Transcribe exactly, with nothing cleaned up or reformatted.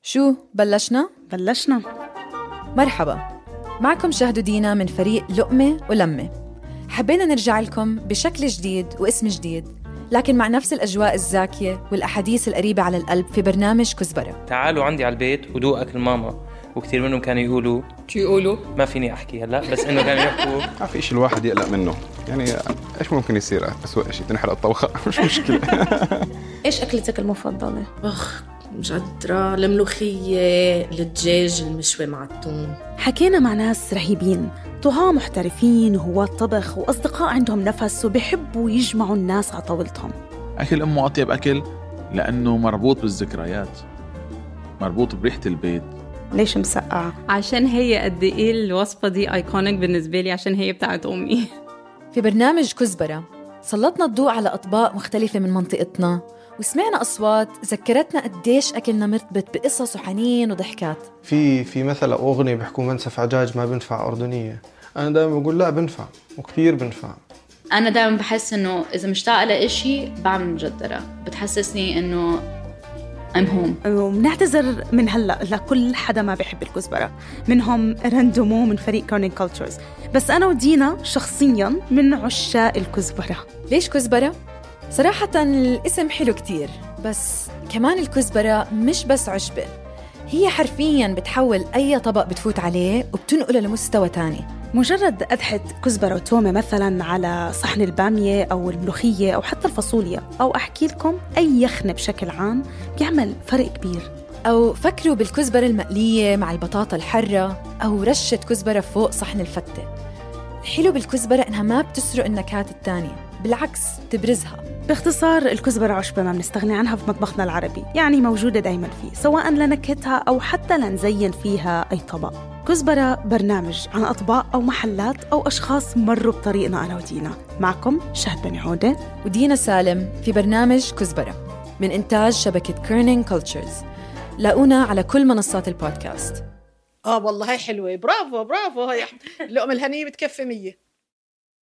شو بلشنا؟ بلشنا. مرحبا، معكم شهد ودينا من فريق لقمة ولمة. حبينا نرجع لكم بشكل جديد واسم جديد، لكن مع نفس الأجواء الزاكية والأحاديث القريبة على القلب في برنامج كزبرة. تعالوا عندي على البيت ودوق أكل ماما. وكثير منهم كانوا يقولوا شو يقولوا؟ ما فيني أحكي هلأ، بس إنه كانوا يحكوا ما في شيء الواحد يقلق منه. يعني إيش ممكن يصير؟ أسوأ شيء تنحرق الطبخة، مش مشكلة. إيش أكلتك المفضلة؟ أخ مش قادرة، الملوخية، الدجاج المشوي مع الثوم. حكينا مع ناس رهيبين، طهاة محترفين وهواة طبخ وأصدقاء عندهم نفس وبيحبوا يجمعوا الناس على طاولتهم. أكل أمه أطيب أكل لأنه مربوط بالذكريات، مربوط بريحة البيت. ليش مسقعة؟ عشان هي قد إيه الوصفة دي ايكونيك بالنسبة لي، عشان هي بتاعت أمي. في برنامج كزبرة سلطنا الضوء على أطباق مختلفة من منطقتنا، وسمعنا أصوات ذكرتنا قديش أكلنا مرتبط بقصص وحنين وضحكات. في في مثل أو أغنية بيحكوا منسف عجاج ما بنفع أردنية. أنا دائما بقول لا، بنفع وكثير بنفع. أنا دائما بحس إنه إذا مشتاقة لإشي بعمل مجدرة، بتحسسني إنه I'm home. وبنعتذر من هلأ لكل حدا ما بيحب الكزبرة، منهم رندومو من فريق كورنينج كولتشرز، بس أنا ودينا شخصياً من عشاق الكزبرة. ليش كزبرة؟ صراحة الاسم حلو كتير، بس كمان الكزبرة مش بس عشبة، هي حرفياً بتحول أي طبق بتفوت عليه وبتنقله لمستوى تاني. مجرد أدحة كزبرة وتومة مثلاً على صحن البامية أو الملوخية أو حتى الفاصوليا، أو أحكي لكم أي يخنة بشكل عام، بيعمل فرق كبير. أو فكروا بالكزبرة المقلية مع البطاطا الحرة، أو رشة كزبرة فوق صحن الفتة. الحلو بالكزبرة إنها ما بتسرق النكهات التانية، بالعكس تبرزها. باختصار الكزبرة عشبة ما بنستغني عنها في مطبخنا العربي، يعني موجودة دايما فيه، سواء لنكهتها أو حتى لنزين فيها أي طبق. كزبرة برنامج عن أطباق أو محلات أو أشخاص مروا بطريقنا أنا ودينا. معكم شهد بني عودة ودينا سالم في برنامج كزبرة من إنتاج شبكة كورنينج كولتشرز. لاقونا على كل منصات البودكاست. آه والله هاي حلوة، برافو برافو، هاي اللقمة الهنية بتكفي مية.